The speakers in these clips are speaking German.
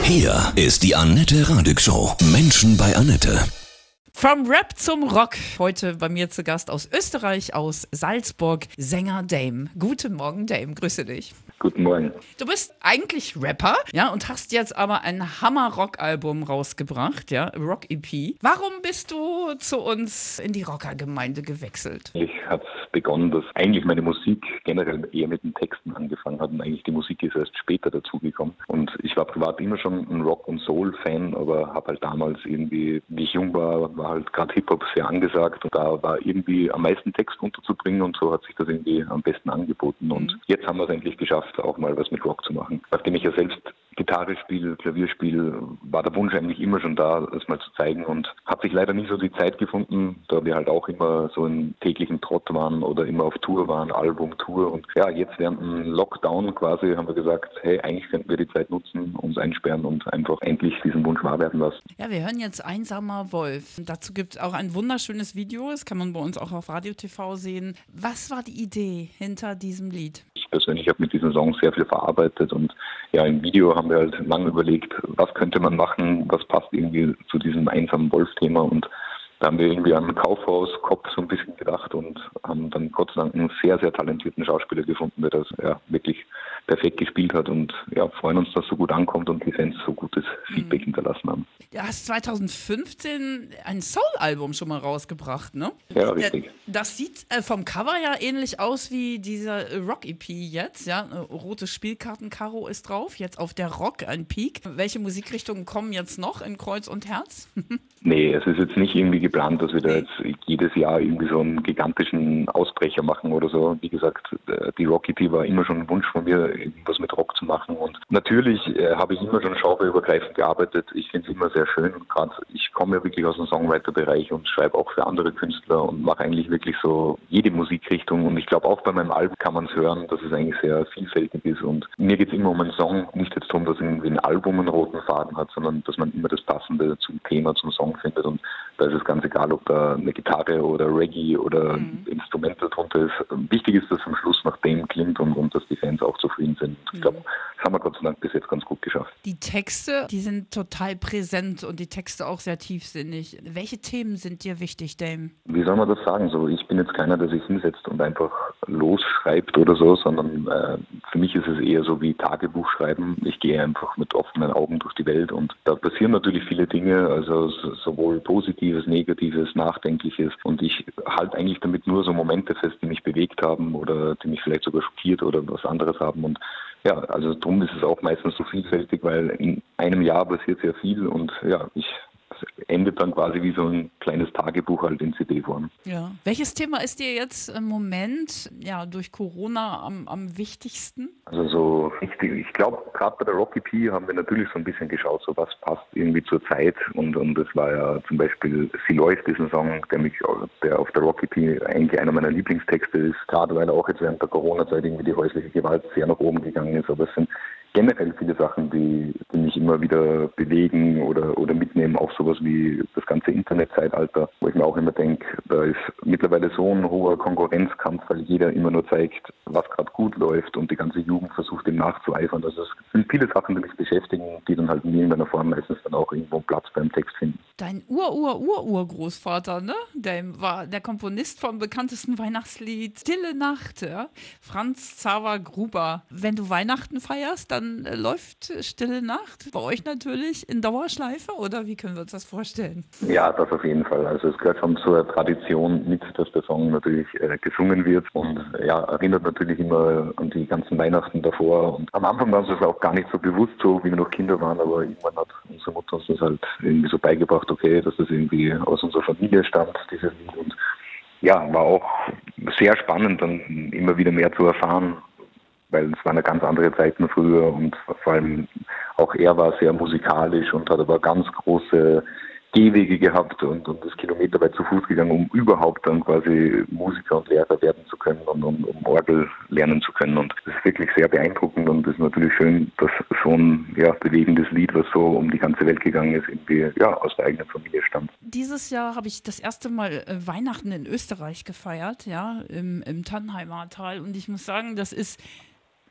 Hier ist die Annette Radig Show. Menschen bei Annette. Vom Rap zum Rock. Heute bei mir zu Gast aus Österreich, aus Salzburg, Sänger Dame. Guten Morgen, Dame. Grüße dich. Guten Morgen. Du bist eigentlich Rapper, ja, und hast jetzt aber ein Hammer-Rock-Album rausgebracht, ja, Rock-EP. Warum bist du zu uns in die Rockergemeinde gewechselt? Ich hat es begonnen, dass eigentlich meine Musik generell eher mit den Texten angefangen hat und eigentlich die Musik ist erst später dazugekommen. Und ich war privat immer schon ein Rock- und Soul-Fan, aber habe halt damals irgendwie, wie ich jung war halt gerade Hip-Hop sehr angesagt und da war irgendwie am meisten Text unterzubringen und so hat sich das irgendwie am besten angeboten. Und jetzt haben wir es endlich geschafft, auch mal was mit Rock zu machen. Nachdem ich ja selbst Gitarre spiele, Klavier spiele, war der Wunsch eigentlich immer schon da, das mal zu zeigen und hat sich leider nie so die Zeit gefunden, da wir halt auch immer so im täglichen Trott waren oder immer auf Tour waren, Album-Tour und ja, jetzt während dem Lockdown quasi haben wir gesagt, hey, eigentlich könnten wir die Zeit nutzen, uns einsperren und einfach endlich diesen Wunsch wahr werden lassen. Ja, wir hören jetzt Einsamer Wolf. Dazu gibt es auch ein wunderschönes Video, das kann man bei uns auch auf Radio TV sehen. Was war die Idee hinter diesem Lied? Ich persönlich habe mit diesem Song sehr viel verarbeitet und ja, im Video haben wir halt lange überlegt, was könnte man machen, was passt irgendwie zu diesem einsamen Wolf-Thema und da haben wir irgendwie an Kaufhaus-Kopf so ein bisschen gedacht und haben dann Gott sei Dank einen sehr, sehr talentierten Schauspieler gefunden, der das ja wirklich perfekt gespielt hat und ja, freuen uns, dass es so gut ankommt und die Fans so gutes Feedback hinterlassen haben. Du hast 2015 ein Soul-Album schon mal rausgebracht, ne? Ja, richtig. Das sieht vom Cover ja ähnlich aus wie dieser Rock-EP jetzt, ja. Rotes Spielkarten-Karo ist drauf, jetzt auf der Rock ein Peak. Welche Musikrichtungen kommen jetzt noch in Kreuz und Herz? Nee, es ist jetzt nicht irgendwie geplant, dass wir da jetzt jedes Jahr irgendwie so einen gigantischen Ausbrecher machen oder so. Wie gesagt, die Rock-EP war immer schon ein Wunsch von mir, irgendwas mit Rock zu machen. Und natürlich habe ich immer schon genreübergreifend gearbeitet. Ich finde es immer sehr schön. Und gerade ich komme ja wirklich aus dem Songwriter-Bereich und schreibe auch für andere Künstler und mache eigentlich wirklich so jede Musikrichtung. Und ich glaube, auch bei meinem Album kann man es hören, dass es eigentlich sehr vielfältig ist. Und mir geht es immer um einen Song, nicht jetzt darum, dass irgendwie ein Album einen roten Faden hat, sondern dass man immer das Passende zum Thema, zum Song findet. Und da ist es ganz egal, ob da eine Gitarre oder Reggae oder Instrumental drunter ist. Wichtig ist, dass es am Schluss nach dem klingt und dass die Fans auch zufrieden sind. Ich glaube, das haben wir Gott sei Dank bis jetzt ganz gut geschafft. Die Texte, die sind total präsent und die Texte auch sehr tiefsinnig. Welche Themen sind dir wichtig, Dame? Wie soll man das sagen? So, ich bin jetzt keiner, der sich hinsetzt und einfach losschreibt oder so, sondern für mich ist es eher so wie Tagebuch schreiben. Ich gehe einfach mit offenen Augen durch die Welt und da passieren natürlich viele Dinge, also sowohl Positives, Negatives, Nachdenkliches und ich halte eigentlich damit nur so Momente fest, die mich bewegt haben oder die mich vielleicht sogar schockiert oder was anderes haben und ja, also drum ist es auch meistens so vielfältig, weil in einem Jahr passiert sehr viel und ja, es endet dann quasi wie so ein kleines Tagebuch halt in CD-Form. Ja. Welches Thema ist dir jetzt im Moment ja durch Corona am wichtigsten? Also so richtig, ich glaube, gerade bei der Rock EP haben wir natürlich so ein bisschen geschaut, so was passt irgendwie zur Zeit und das war ja zum Beispiel Sie läuft, ist ein Song, der auf der Rock EP eigentlich einer meiner Lieblingstexte ist, gerade weil auch jetzt während der Corona-Zeit irgendwie die häusliche Gewalt sehr nach oben gegangen ist, aber es sind generell viele Sachen, die mich immer wieder bewegen oder mitnehmen, auch sowas wie das ganze Internetzeitalter, wo ich mir auch immer denke, da ist mittlerweile so ein hoher Konkurrenzkampf, weil jeder immer nur zeigt, was gerade gut läuft und die ganze Jugend versucht, dem nachzueifern. Also es sind viele Sachen, die mich beschäftigen, die dann halt in irgendeiner Form meistens dann auch irgendwo einen Platz beim Text finden. Dein Urgroßvater, ne? Der war der Komponist vom bekanntesten Weihnachtslied Stille Nacht, ja? Franz Xaver Gruber. Wenn du Weihnachten feierst, dann läuft Stille Nacht bei euch natürlich in Dauerschleife oder wie können wir uns das vorstellen? Ja, das auf jeden Fall. Also es gehört schon zur Tradition mit, dass der Song natürlich gesungen wird und ja, erinnert natürlich immer an die ganzen Weihnachten davor. Und am Anfang war uns das auch gar nicht so bewusst, so wie wir noch Kinder waren, aber irgendwann hat unsere Mutter uns das halt irgendwie so beigebracht, okay, dass das irgendwie aus unserer Familie stammt, dieses Lied. Und ja, war auch sehr spannend, dann immer wieder mehr zu erfahren, weil es waren ja ganz andere Zeiten früher und vor allem auch er war sehr musikalisch und hat aber ganz große Gehwege gehabt und ist kilometerweit zu Fuß gegangen, um überhaupt dann quasi Musiker und Lehrer werden zu können und um Orgel lernen zu können. Und das ist wirklich sehr beeindruckend und es ist natürlich schön, dass so ein bewegendes Lied, was so um die ganze Welt gegangen ist, irgendwie aus der eigenen Familie stammt. Dieses Jahr habe ich das erste Mal Weihnachten in Österreich gefeiert, ja, im Tannheimer Tal und ich muss sagen, das ist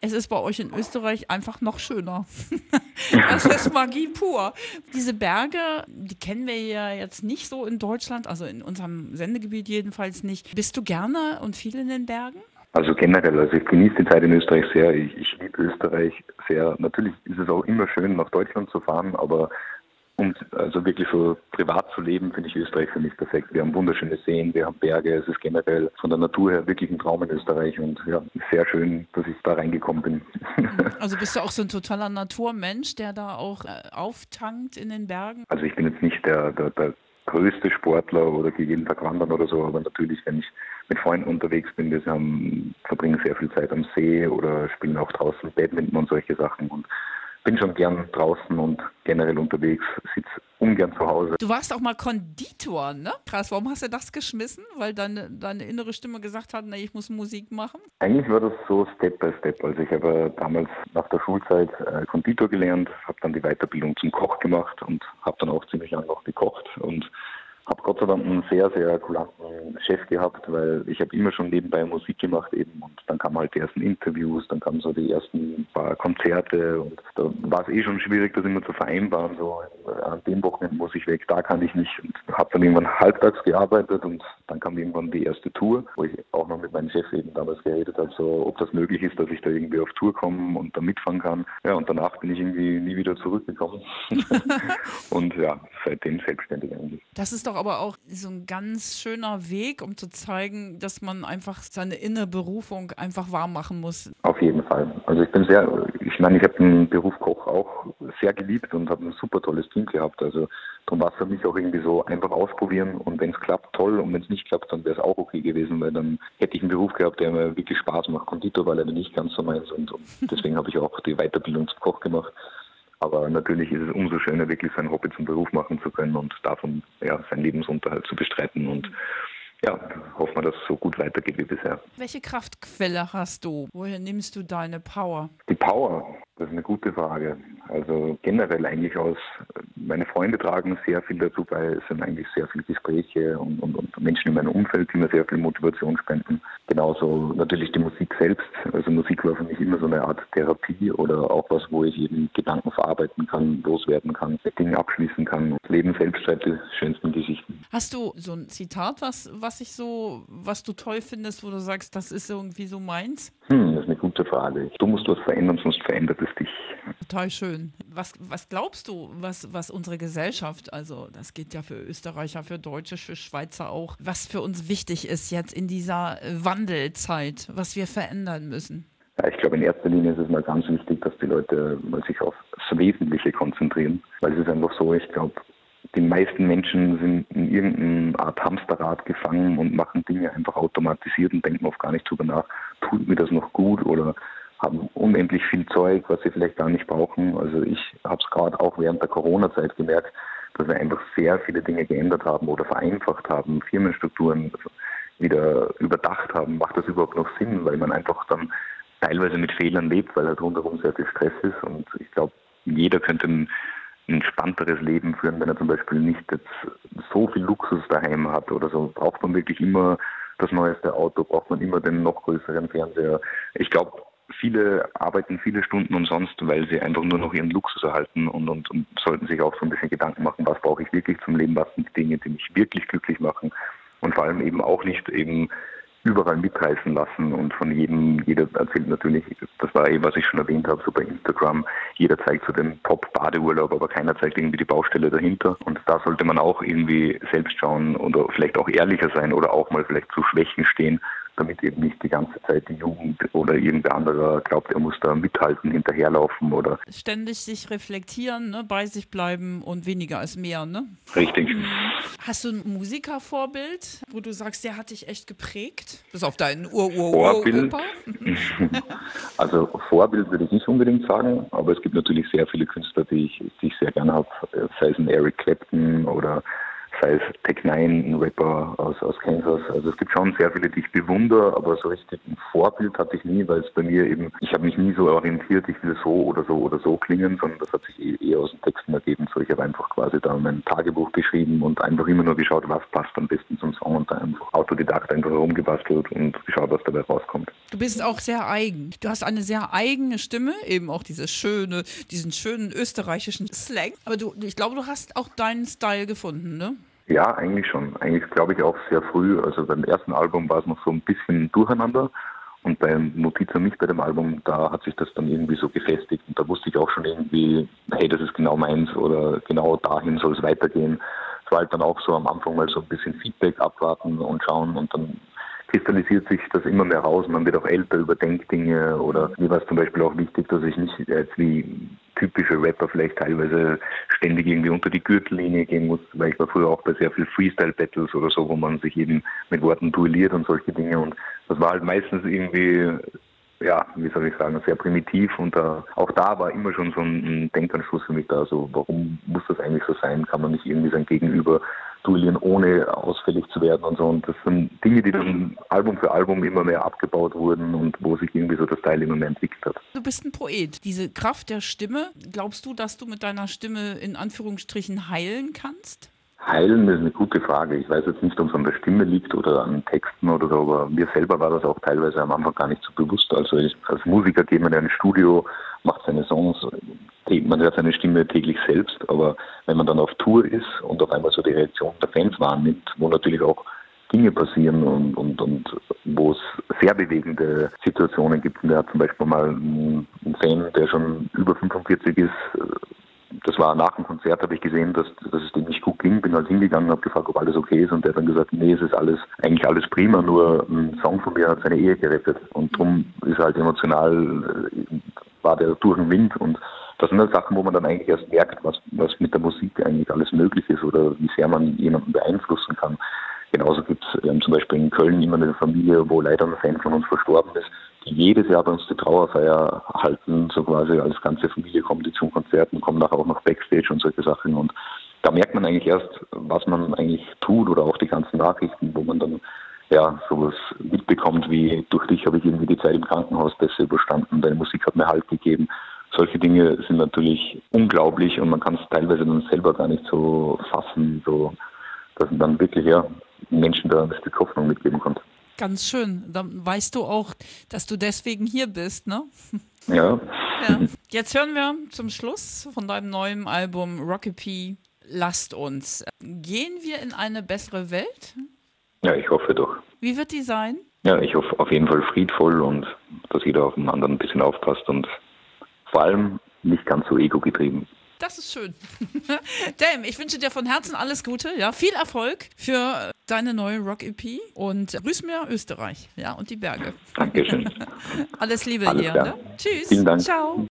Es ist bei euch in Österreich einfach noch schöner. Das ist Magie pur. Diese Berge, die kennen wir ja jetzt nicht so in Deutschland, also in unserem Sendegebiet jedenfalls nicht. Bist du gerne und viel in den Bergen? Also generell, also ich genieße die Zeit in Österreich sehr. Ich liebe Österreich sehr. Natürlich ist es auch immer schön, nach Deutschland zu fahren, aber um also wirklich so privat zu leben, finde ich Österreich für mich perfekt. Wir haben wunderschöne Seen, wir haben Berge. Es ist generell von der Natur her wirklich ein Traum in Österreich und ja, sehr schön, dass ich da reingekommen bin. Also bist du auch so ein totaler Naturmensch, der da auch auftankt in den Bergen? Also ich bin jetzt nicht der größte Sportler oder gehe jeden Tag wandern oder so, aber natürlich, wenn ich mit Freunden unterwegs bin, verbringen sehr viel Zeit am See oder spielen auch draußen Badminton und solche Sachen und bin schon gern draußen und generell unterwegs, sitze ungern zu Hause. Du warst auch mal Konditor, ne? Krass, warum hast du das geschmissen? Weil deine innere Stimme gesagt hat, ich muss Musik machen? Eigentlich war das so Step by Step. Also ich habe damals nach der Schulzeit Konditor gelernt, habe dann die Weiterbildung zum Koch gemacht und habe dann auch ziemlich lange noch gekocht und habe Gott sei Dank einen sehr, sehr kulanten Chef gehabt, weil ich habe immer schon nebenbei Musik gemacht eben und dann kamen halt die ersten Interviews, dann kamen so die ersten paar Konzerte und da war es schon schwierig, das immer zu vereinbaren, so an dem Wochenende muss ich weg, da kann ich nicht und habe dann irgendwann halbtags gearbeitet und dann kam irgendwann die erste Tour, wo ich auch noch mit meinem Chef eben damals geredet habe, so ob das möglich ist, dass ich da irgendwie auf Tour komme und da mitfahren kann. Ja, und danach bin ich irgendwie nie wieder zurückgekommen und ja, seitdem selbstständig eigentlich. Das ist doch aber auch so ein ganz schöner Weg, um zu zeigen, dass man einfach seine innere Berufung einfach wahr machen muss. Auf jeden Fall. Also ich habe den Beruf Koch auch sehr geliebt und habe ein super tolles Team gehabt. Also darum war es für mich auch irgendwie so einfach ausprobieren und wenn es klappt, toll und wenn es nicht klappt, dann wäre es auch okay gewesen, weil dann hätte ich einen Beruf gehabt, der mir wirklich Spaß macht. Konditor war leider nicht ganz so meins und deswegen habe ich auch die Weiterbildung zum Koch gemacht. Aber natürlich ist es umso schöner, wirklich sein Hobby zum Beruf machen zu können und davon seinen Lebensunterhalt zu bestreiten. Und ja, hoffen wir, dass es so gut weitergeht wie bisher. Welche Kraftquelle hast du? Woher nimmst du deine Power? Die Power, das ist eine gute Frage. Also generell eigentlich meine Freunde tragen sehr viel dazu bei. Es sind eigentlich sehr viele Gespräche und Menschen in meinem Umfeld, die mir sehr viel Motivation spenden. Genauso natürlich die Musik selbst. Also Musik war für mich immer so eine Art Therapie oder auch was, wo ich eben Gedanken verarbeiten kann, loswerden kann, Dinge abschließen kann. Das Leben selbst schreibt die schönsten Geschichten. Hast du so ein Zitat, was du toll findest, wo du sagst, das ist irgendwie so meins? Das ist eine gute Frage. Du musst was verändern, sonst verändert es dich. Total schön. Was glaubst du, was unsere Gesellschaft, also das geht ja für Österreicher, für Deutsche, für Schweizer auch, was für uns wichtig ist jetzt in dieser Wandelzeit, was wir verändern müssen? Ja, ich glaube, in erster Linie ist es mal ganz wichtig, dass die Leute mal sich auf das Wesentliche konzentrieren. Weil es ist einfach so, ich glaube, die meisten Menschen sind in irgendeiner Art Hamsterrad gefangen und machen Dinge einfach automatisiert und denken oft gar nicht drüber nach, tut mir das noch gut oder haben unendlich viel Zeug, was sie vielleicht gar nicht brauchen. Also ich habe es gerade auch während der Corona-Zeit gemerkt, dass wir einfach sehr viele Dinge geändert haben oder vereinfacht haben, Firmenstrukturen wieder überdacht haben. Macht das überhaupt noch Sinn, weil man einfach dann teilweise mit Fehlern lebt, weil halt rundherum sehr viel Stress ist und ich glaube, jeder könnte ein entspannteres Leben führen, wenn er zum Beispiel nicht jetzt so viel Luxus daheim hat oder so. Braucht man wirklich immer das neueste Auto, braucht man immer den noch größeren Fernseher. Ich glaube, viele arbeiten viele Stunden umsonst, weil sie einfach nur noch ihren Luxus erhalten und sollten sich auch so ein bisschen Gedanken machen, was brauche ich wirklich zum Leben, was sind die Dinge, die mich wirklich glücklich machen und vor allem eben auch nicht eben überall mitreißen lassen und von jeder erzählt natürlich, das war was ich schon erwähnt habe, so bei Instagram, jeder zeigt so den Top-Badeurlaub, aber keiner zeigt irgendwie die Baustelle dahinter und da sollte man auch irgendwie selbst schauen oder vielleicht auch ehrlicher sein oder auch mal vielleicht zu Schwächen stehen, damit eben nicht die ganze Zeit die Jugend oder irgendwer anderer glaubt, er muss da mithalten, hinterherlaufen oder... Ständig sich reflektieren, ne? Bei sich bleiben und weniger ist mehr, ne? Richtig. Hast du ein Musikervorbild, wo du sagst, der hat dich echt geprägt? Bis auf deinen Vorbild? Opa? Also Vorbild würde ich nicht unbedingt sagen, aber es gibt natürlich sehr viele Künstler, die ich sehr gerne habe, sei es ein Eric Clapton oder sei es Tech-9, ein Rapper aus Kansas. Also es gibt schon sehr viele, die ich bewundere, aber so richtig ein Vorbild hatte ich nie, weil es bei mir eben, ich habe mich nie so orientiert, ich will so oder so oder so klingen, sondern das hat sich eher aus den Texten ergeben. So, ich habe einfach quasi da mein Tagebuch geschrieben und einfach immer nur geschaut, was passt am besten zum Song und da einfach autodidakt einfach herumgebastelt und geschaut, was dabei rauskommt. Du bist auch sehr eigen. Du hast eine sehr eigene Stimme, eben auch diesen schönen österreichischen Slang. Aber ich glaube, du hast auch deinen Style gefunden, ne? Ja, eigentlich schon. Eigentlich glaube ich auch sehr früh. Also beim ersten Album war es noch so ein bisschen durcheinander. Und beim Notiz an mich bei dem Album, da hat sich das dann irgendwie so gefestigt. Und da wusste ich auch schon irgendwie, hey, das ist genau meins oder genau dahin soll es weitergehen. Es war halt dann auch so am Anfang mal so ein bisschen Feedback abwarten und schauen und dann kristallisiert sich das immer mehr raus. Man wird auch älter, überdenkt Dinge oder mir war es zum Beispiel auch wichtig, dass ich nicht jetzt wie typische Rapper vielleicht teilweise ständig irgendwie unter die Gürtellinie gehen muss, weil ich war früher auch bei sehr viel Freestyle-Battles oder so, wo man sich eben mit Worten duelliert und solche Dinge und das war halt meistens irgendwie, ja, wie soll ich sagen, sehr primitiv und auch da war immer schon so ein Denkanstoß für mich da, so warum muss das eigentlich so sein, kann man nicht irgendwie sein Gegenüber duellieren, ohne ausfällig zu werden und so. Und das sind Dinge, die dann Album für Album immer mehr abgebaut wurden und wo sich irgendwie so das Teil immer mehr entwickelt hat. Du bist ein Poet. Diese Kraft der Stimme, glaubst du, dass du mit deiner Stimme in Anführungsstrichen heilen kannst? Heilen ist eine gute Frage. Ich weiß jetzt nicht, ob es an der Stimme liegt oder an Texten oder so, aber mir selber war das auch teilweise am Anfang gar nicht so bewusst. Also als Musiker geht man ja ins Studio, macht seine Songs, man hört seine Stimme täglich selbst, aber wenn man dann auf Tour ist und auf einmal so die Reaktion der Fans wahrnimmt, wo natürlich auch Dinge passieren und wo es sehr bewegende Situationen gibt. Und er hat zum Beispiel mal einen Fan, der schon über 45 ist, das war nach dem Konzert, habe ich gesehen, dass es dem nicht gut ging, bin halt hingegangen, habe gefragt, ob alles okay ist und der hat dann gesagt, nee, es ist eigentlich alles prima, nur ein Song von mir hat seine Ehe gerettet und drum ist halt emotional, war der durch den Wind und das sind halt Sachen, wo man dann eigentlich erst merkt, was mit der Musik eigentlich alles möglich ist oder wie sehr man jemanden beeinflussen kann. Genauso wir haben zum Beispiel in Köln immer eine Familie, wo leider ein Fan von uns verstorben ist, die jedes Jahr bei uns die Trauerfeier halten, so quasi als ganze Familie kommen die zum Konzert und kommen nachher auch noch Backstage und solche Sachen. Und da merkt man eigentlich erst, was man eigentlich tut oder auch die ganzen Nachrichten, wo man dann ja sowas mitbekommt wie durch dich habe ich irgendwie die Zeit im Krankenhaus besser überstanden, deine Musik hat mir Halt gegeben. Solche Dinge sind natürlich unglaublich und man kann es teilweise dann selber gar nicht so fassen, so dass man dann wirklich Menschen da ein Stück Hoffnung mitgeben konnte. Ganz schön. Dann weißt du auch, dass du deswegen hier bist, ne? Ja. Ja. Jetzt hören wir zum Schluss von deinem neuen Album Rock-EP Lasst uns. Gehen wir in eine bessere Welt? Ja, ich hoffe doch. Wie wird die sein? Ja, ich hoffe auf jeden Fall friedvoll und dass jeder auf den anderen ein bisschen aufpasst und vor allem nicht ganz so ego-getrieben. Das ist schön. Dame, ich wünsche dir von Herzen alles Gute, ja, viel Erfolg für deine neue Rock-EP und grüß mir Österreich, ja, und die Berge. Dankeschön. Alles Liebe Alles hier, klar. ne? Tschüss. Vielen Dank. Ciao.